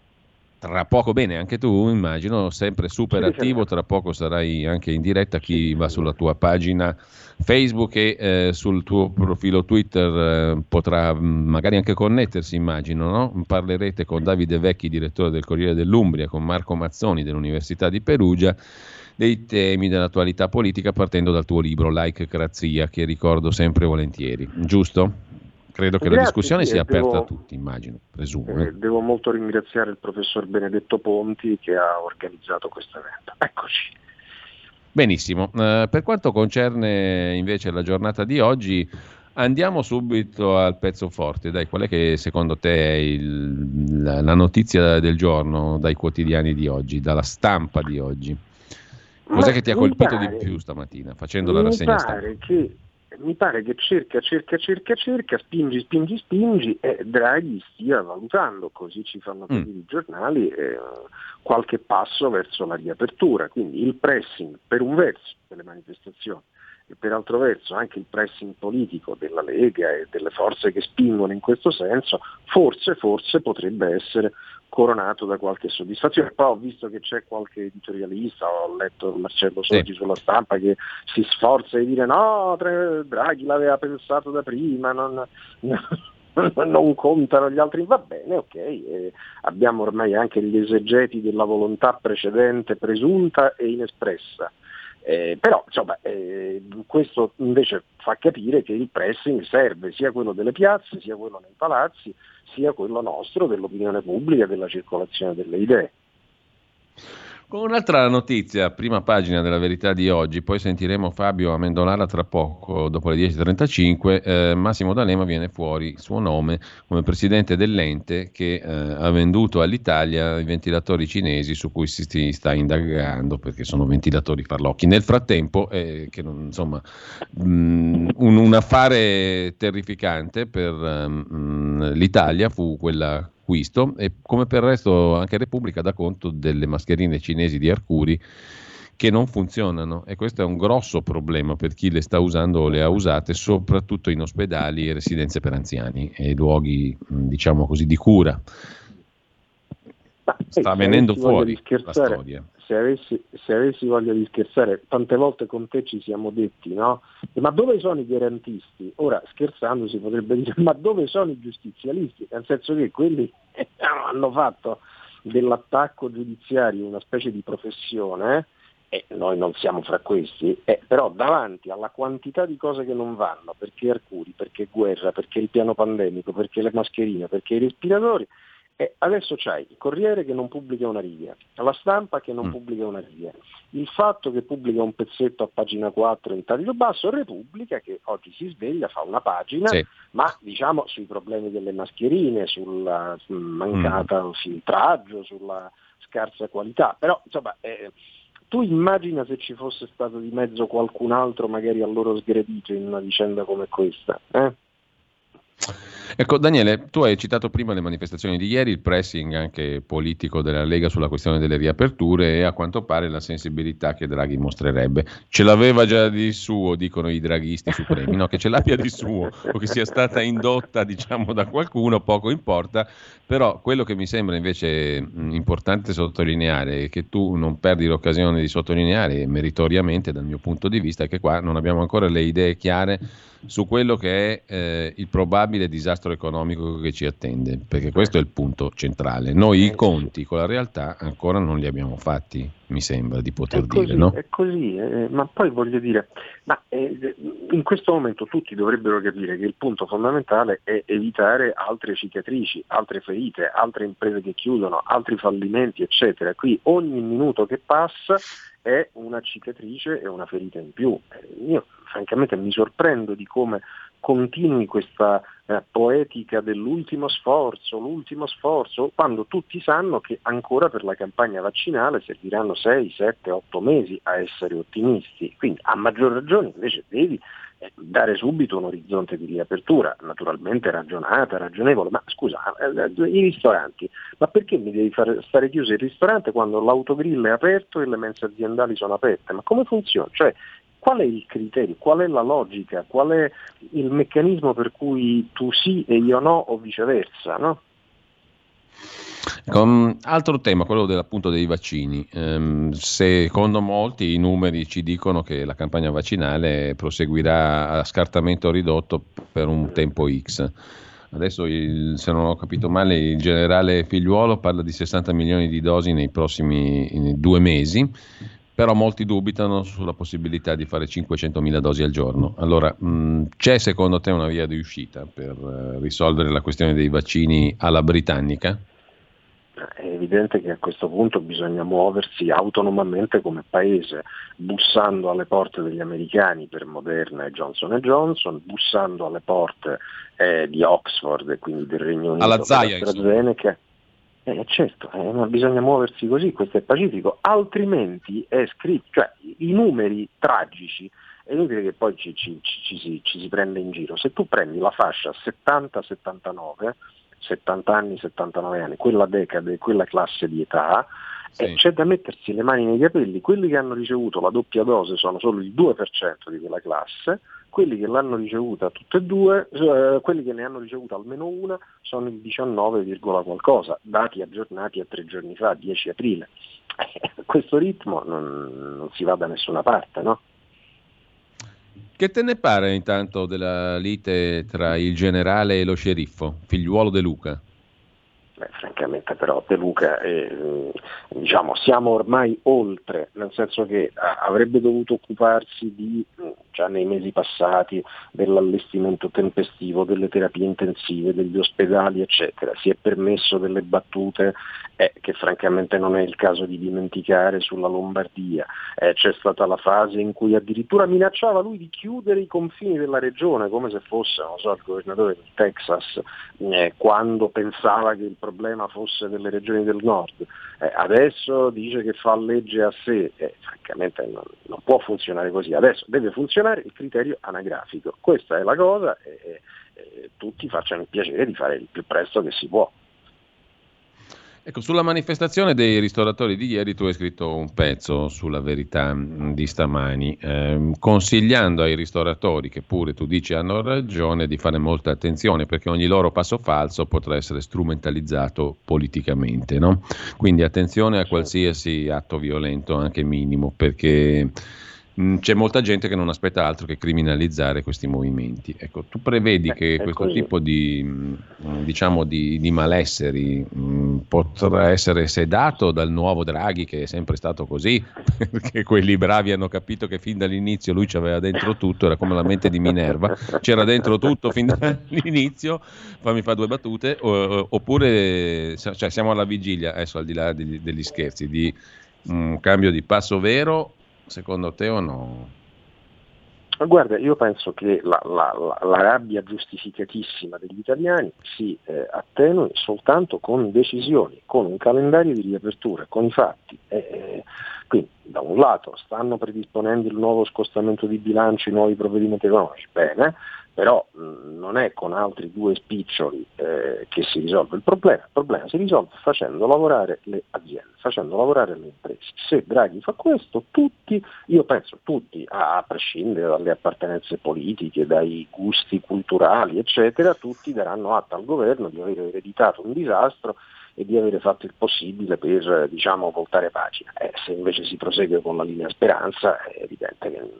Tra poco bene, anche tu immagino, sempre super attivo, tra poco sarai anche in diretta. Chi va sulla tua pagina Facebook e eh, sul tuo profilo Twitter eh, potrà magari anche connettersi, immagino, no? Parlerete con Davide Vecchi, direttore del Corriere dell'Umbria, con Marco Mazzoni dell'Università di Perugia, dei temi dell'attualità politica, partendo dal tuo libro Likerazia, che ricordo sempre volentieri, giusto? Credo che Grazie, la discussione sì, sia aperta devo, a tutti, immagino, presumo. Eh, devo molto ringraziare il professor Benedetto Ponti che ha organizzato questo evento. Eccoci. Benissimo. Uh, per quanto concerne invece la giornata di oggi, andiamo subito al pezzo forte. Dai, qual è che secondo te è il, la, la notizia del giorno dai quotidiani di oggi, dalla stampa di oggi? Cos'è Ma che ti ha colpito pare, di più stamattina facendo la rassegna stampa? Che... Mi pare che cerca, cerca, cerca, cerca, spingi, spingi, spingi e Draghi stia valutando, così ci fanno capire mm. i giornali, eh, qualche passo verso la riapertura. Quindi il pressing per un verso delle manifestazioni e per altro verso anche il pressing politico della Lega e delle forze che spingono in questo senso, forse, forse potrebbe essere coronato da qualche soddisfazione. Poi ho visto che c'è qualche editorialista, ho letto Marcello Sorgi sì. sulla stampa, che si sforza di dire no, Draghi l'aveva pensato da prima, non, non contano gli altri, va bene, ok, eh, abbiamo ormai anche gli esegeti della volontà precedente presunta e inespressa. Eh, però insomma, eh, questo invece fa capire che il pressing serve, sia quello delle piazze, sia quello nei palazzi, sia quello nostro dell'opinione pubblica e della circolazione delle idee. Con un'altra notizia, prima pagina della Verità di oggi, poi sentiremo Fabio Amendolara tra poco, dopo le dieci e trentacinque, eh, Massimo D'Alema viene fuori il suo nome come presidente dell'ente che eh, ha venduto all'Italia i ventilatori cinesi su cui si, si sta indagando, perché sono ventilatori farlocchi. Nel frattempo, eh, che non, insomma, mh, un, un affare terrificante per mh, l'Italia fu quella acquisto, e come per il resto anche Repubblica dà conto delle mascherine cinesi di Arcuri che non funzionano, e questo è un grosso problema per chi le sta usando o le ha usate, soprattutto in ospedali e residenze per anziani e luoghi, diciamo così, di cura. Ma, sta venendo fuori la storia. Se avessi, se avessi voglia di scherzare, tante volte con te ci siamo detti, no? Ma dove sono i garantisti? Ora, scherzando, si potrebbe dire, ma dove sono i giustizialisti? Nel senso che quelli hanno fatto dell'attacco giudiziario una specie di professione, e noi non siamo fra questi, eh, però davanti alla quantità di cose che non vanno, perché Arcuri, perché guerra, perché il piano pandemico, perché le mascherine, perché i respiratori, E adesso c'hai il Corriere che non pubblica una riga, la Stampa che non mm. pubblica una riga, il Fatto che pubblica un pezzetto a pagina quattro in taglio basso, Repubblica che oggi si sveglia, fa una pagina, sì. ma diciamo sui problemi delle mascherine, sul mancato mm. filtraggio, sulla scarsa qualità. Però insomma, eh, tu immagina se ci fosse stato di mezzo qualcun altro magari a loro sgradito in una vicenda come questa, eh? Ecco Daniele, tu hai citato prima le manifestazioni di ieri, il pressing anche politico della Lega sulla questione delle riaperture e a quanto pare la sensibilità che Draghi mostrerebbe. Ce l'aveva già di suo, dicono i draghisti supremi, no? Che ce l'abbia di suo o che sia stata indotta, diciamo, da qualcuno, poco importa, però quello che mi sembra invece mh, importante sottolineare e che tu non perdi l'occasione di sottolineare meritoriamente dal mio punto di vista è che qua non abbiamo ancora le idee chiare su quello che è eh, il probabile probabile disastro economico che ci attende, perché questo è il punto centrale. Noi i conti con la realtà ancora non li abbiamo fatti, mi sembra di poter è così, dire, no? È così, eh, ma poi voglio dire, ma eh, in questo momento tutti dovrebbero capire che il punto fondamentale è evitare altre cicatrici, altre ferite, altre imprese che chiudono, altri fallimenti, eccetera. Qui ogni minuto che passa è una cicatrice e una ferita in più. Io francamente mi sorprendo di come continui questa eh, poetica dell'ultimo sforzo, l'ultimo sforzo, quando tutti sanno che ancora per la campagna vaccinale serviranno sei, sette, otto mesi a essere ottimisti. Quindi a maggior ragione invece devi eh, dare subito un orizzonte di riapertura, naturalmente ragionata, ragionevole. Ma scusa, eh, i ristoranti, ma perché mi devi fare stare chiuso il ristorante quando l'autogrill è aperto e le mense aziendali sono aperte? Ma come funziona? Cioè, qual è il criterio, qual è la logica, qual è il meccanismo per cui tu sì e io no o viceversa, no? Con altro tema, quello dell'appunto dei vaccini. Ehm, secondo molti i numeri ci dicono che la campagna vaccinale proseguirà a scartamento ridotto per un tempo X. Adesso, il, se non ho capito male, il generale Figliuolo parla di sessanta milioni di dosi nei prossimi due mesi. Però molti dubitano sulla possibilità di fare cinquecentomila dosi al giorno. Allora, mh, c'è secondo te una via di uscita per uh, risolvere la questione dei vaccini alla britannica? È evidente che a questo punto bisogna muoversi autonomamente come paese, bussando alle porte degli americani per Moderna e Johnson and Johnson, bussando alle porte eh, di Oxford e quindi del Regno Unito alla Zaia, per AstraZeneca. Eh, certo, eh, ma bisogna muoversi così, questo è pacifico, altrimenti è scritto, cioè i numeri tragici, è inutile che poi ci, ci, ci, ci, si, ci si prende in giro. Se tu prendi la fascia settanta settantanove, settanta anni, settantanove anni, quella decade, quella classe di età, sì. eh, c'è da mettersi le mani nei capelli. Quelli che hanno ricevuto la doppia dose sono solo il due per cento di quella classe, quelli che l'hanno ricevuta tutte e due, eh, quelli che ne hanno ricevuta almeno una sono il diciannove, qualcosa, dati aggiornati a tre giorni fa, dieci aprile. Eh, a questo ritmo non, non si va da nessuna parte, no? Che te ne pare intanto della lite tra il generale e lo sceriffo, Figliuolo De Luca? Beh, francamente però De Luca eh, diciamo siamo ormai oltre, nel senso che a, avrebbe dovuto occuparsi di già nei mesi passati dell'allestimento tempestivo, delle terapie intensive, degli ospedali eccetera. Si è permesso delle battute eh, che francamente non è il caso di dimenticare sulla Lombardia. Eh, c'è stata la fase in cui addirittura minacciava lui di chiudere i confini della regione come se fosse, non so, il governatore del Texas, eh, quando pensava che il problema fosse delle regioni del nord. Eh, adesso dice che fa legge a sé, eh, francamente non, non può funzionare così. Adesso deve funzionare il criterio anagrafico, questa è la cosa e, e, e tutti facciano il piacere di fare il più presto che si può. Ecco, sulla manifestazione dei ristoratori di ieri tu hai scritto un pezzo sulla Verità di stamani, ehm, consigliando ai ristoratori, che pure tu dici hanno ragione, di fare molta attenzione perché ogni loro passo falso potrà essere strumentalizzato politicamente, no? Quindi attenzione a qualsiasi atto violento, anche minimo, perché mh, c'è molta gente che non aspetta altro che criminalizzare questi movimenti. Ecco, tu prevedi eh, che questo così. tipo di, mh, diciamo di, di malesseri mh, potrà essere sedato dal nuovo Draghi, che è sempre stato così, perché quelli bravi hanno capito che fin dall'inizio lui c'aveva dentro tutto, era come la mente di Minerva, c'era dentro tutto fin dall'inizio. Fammi fare due battute, o, oppure cioè, siamo alla vigilia, adesso al di là degli, degli scherzi, di un cambio di passo vero, secondo te o no? Guarda, io penso che la, la, la, la rabbia giustificatissima degli italiani si eh, attenui soltanto con decisioni, con un calendario di riapertura, con i fatti. Eh, quindi da un lato stanno predisponendo il nuovo scostamento di bilancio, i nuovi provvedimenti economici, bene, però mh, non è con altri due spiccioli eh, che si risolve il problema. Il problema si risolve facendo lavorare le aziende, facendo lavorare le imprese. Se Draghi fa questo, tutti, io penso tutti, a, a prescindere dalle appartenenze politiche, dai gusti culturali, eccetera, tutti daranno atto al governo di aver ereditato un disastro e di avere fatto il possibile per, diciamo, voltare pagina. Eh, se invece si prosegue con la linea Speranza è evidente che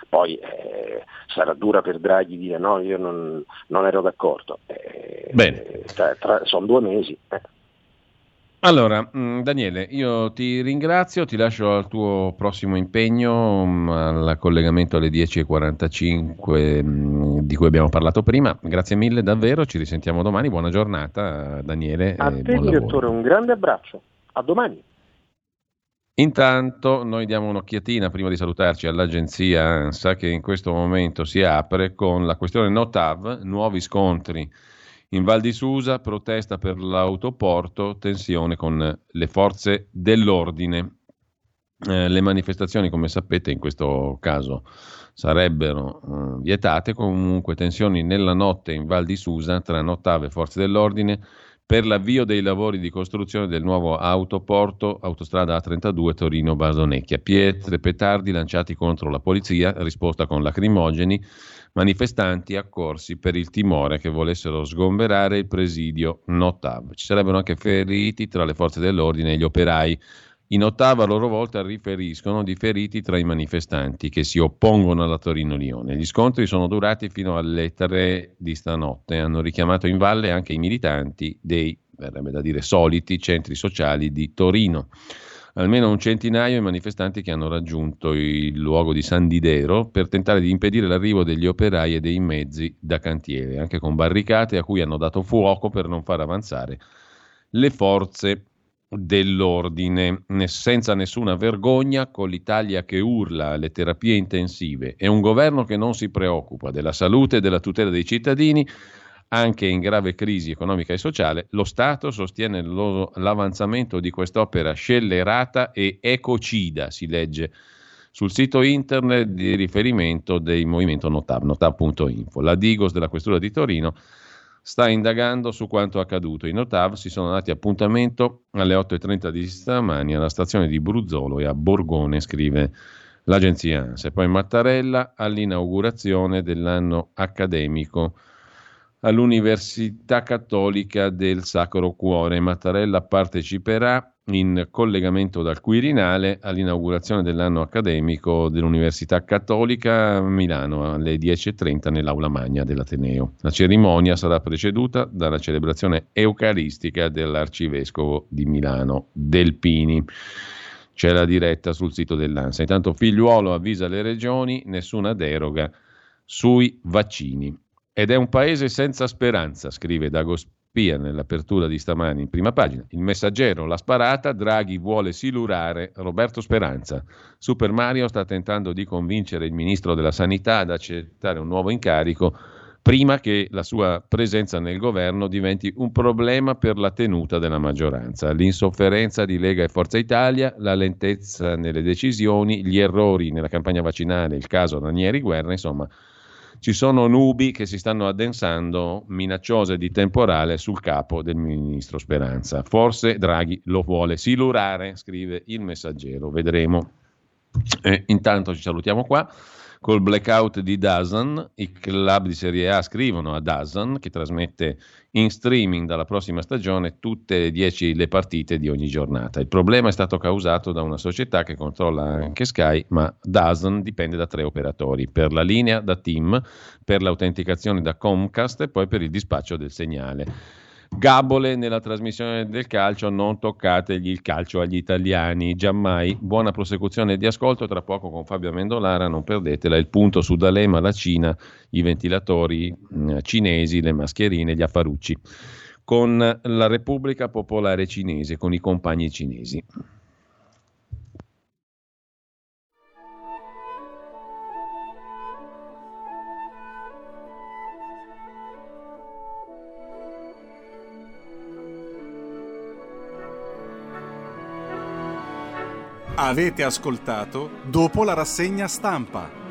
Poi eh, sarà dura per Draghi dire no, io non, non ero d'accordo. Eh, Bene. Tra, tra, sono due mesi. Eh. Allora, Daniele, io ti ringrazio, ti lascio al tuo prossimo impegno, al collegamento alle dieci e quarantacinque di cui abbiamo parlato prima. Grazie mille davvero, ci risentiamo domani. Buona giornata, Daniele. A te, direttore, un grande abbraccio. A domani. Intanto noi diamo un'occhiatina prima di salutarci all'agenzia ANSA, che in questo momento si apre con la questione NOTAV, nuovi scontri in Val di Susa, protesta per l'autoporto, tensione con le forze dell'ordine. Eh, le manifestazioni, come sapete, in questo caso sarebbero eh, vietate, comunque tensioni nella notte in Val di Susa tra NOTAV e forze dell'ordine per l'avvio dei lavori di costruzione del nuovo autoporto, autostrada A trentadue Torino-Bardonecchia. Pietre, petardi lanciati contro la polizia, risposta con lacrimogeni, manifestanti accorsi per il timore che volessero sgomberare il presidio NOTAV. Ci sarebbero anche feriti tra le forze dell'ordine e gli operai. I NOTAV a loro volta riferiscono di feriti tra i manifestanti che si oppongono alla Torino-Lione. Gli scontri sono durati fino alle tre di stanotte, hanno richiamato in valle anche i militanti dei, verrebbe da dire, soliti centri sociali di Torino. Almeno un centinaio i manifestanti che hanno raggiunto il luogo di San Didero per tentare di impedire l'arrivo degli operai e dei mezzi da cantiere, anche con barricate a cui hanno dato fuoco per non far avanzare le forze dell'ordine, senza nessuna vergogna, con l'Italia che urla alle terapie intensive e un governo che non si preoccupa della salute e della tutela dei cittadini, anche in grave crisi economica e sociale. Lo Stato sostiene lo, l'avanzamento di quest'opera scellerata e ecocida, si legge sul sito internet di riferimento del movimento NOTAV, notav punto info. La Digos della Questura di Torino sta indagando su quanto accaduto. I NOTAV si sono dati appuntamento alle otto e trenta di stamani alla stazione di Bruzzolo e a Borgone, scrive l'agenzia ANSA. E poi Mattarella all'inaugurazione dell'anno accademico all'Università Cattolica del Sacro Cuore. Mattarella parteciperà in collegamento dal Quirinale all'inaugurazione dell'anno accademico dell'Università Cattolica a Milano alle dieci e trenta nell'Aula Magna dell'Ateneo. La cerimonia sarà preceduta dalla celebrazione eucaristica dell'Arcivescovo di Milano Delpini. C'è la diretta sul sito dell'ANSA. Intanto Figliuolo avvisa le regioni, nessuna deroga sui vaccini. Ed è un paese senza speranza, scrive Dago Spia nell'apertura di stamani in prima pagina. Il Messaggero, la sparata, Draghi vuole silurare Roberto Speranza. Super Mario sta tentando di convincere il ministro della Sanità ad accettare un nuovo incarico prima che la sua presenza nel governo diventi un problema per la tenuta della maggioranza. L'insofferenza di Lega e Forza Italia, la lentezza nelle decisioni, gli errori nella campagna vaccinale, il caso Ranieri Guerra, insomma, ci sono nubi che si stanno addensando minacciose di temporale sul capo del ministro Speranza. Forse Draghi lo vuole silurare, scrive il Messaggero, vedremo. E intanto ci salutiamo qua col blackout di DAZN. I club di Serie A scrivono a DAZN, che trasmette in streaming dalla prossima stagione tutte e dieci le partite di ogni giornata. Il problema è stato causato da una società che controlla anche Sky, ma DAZN dipende da tre operatori: per la linea da TIM, per l'autenticazione da Comcast e poi per il dispaccio del segnale. Gabole nella trasmissione del calcio, non toccategli il calcio agli italiani, giammai. Buona prosecuzione di ascolto, tra poco con Fabio Amendolara, non perdetela. Il punto su D'Alema, la Cina, i ventilatori mh, cinesi, le mascherine, gli affarucci, con la Repubblica Popolare Cinese, con i compagni cinesi. Avete ascoltato Dopo la rassegna stampa,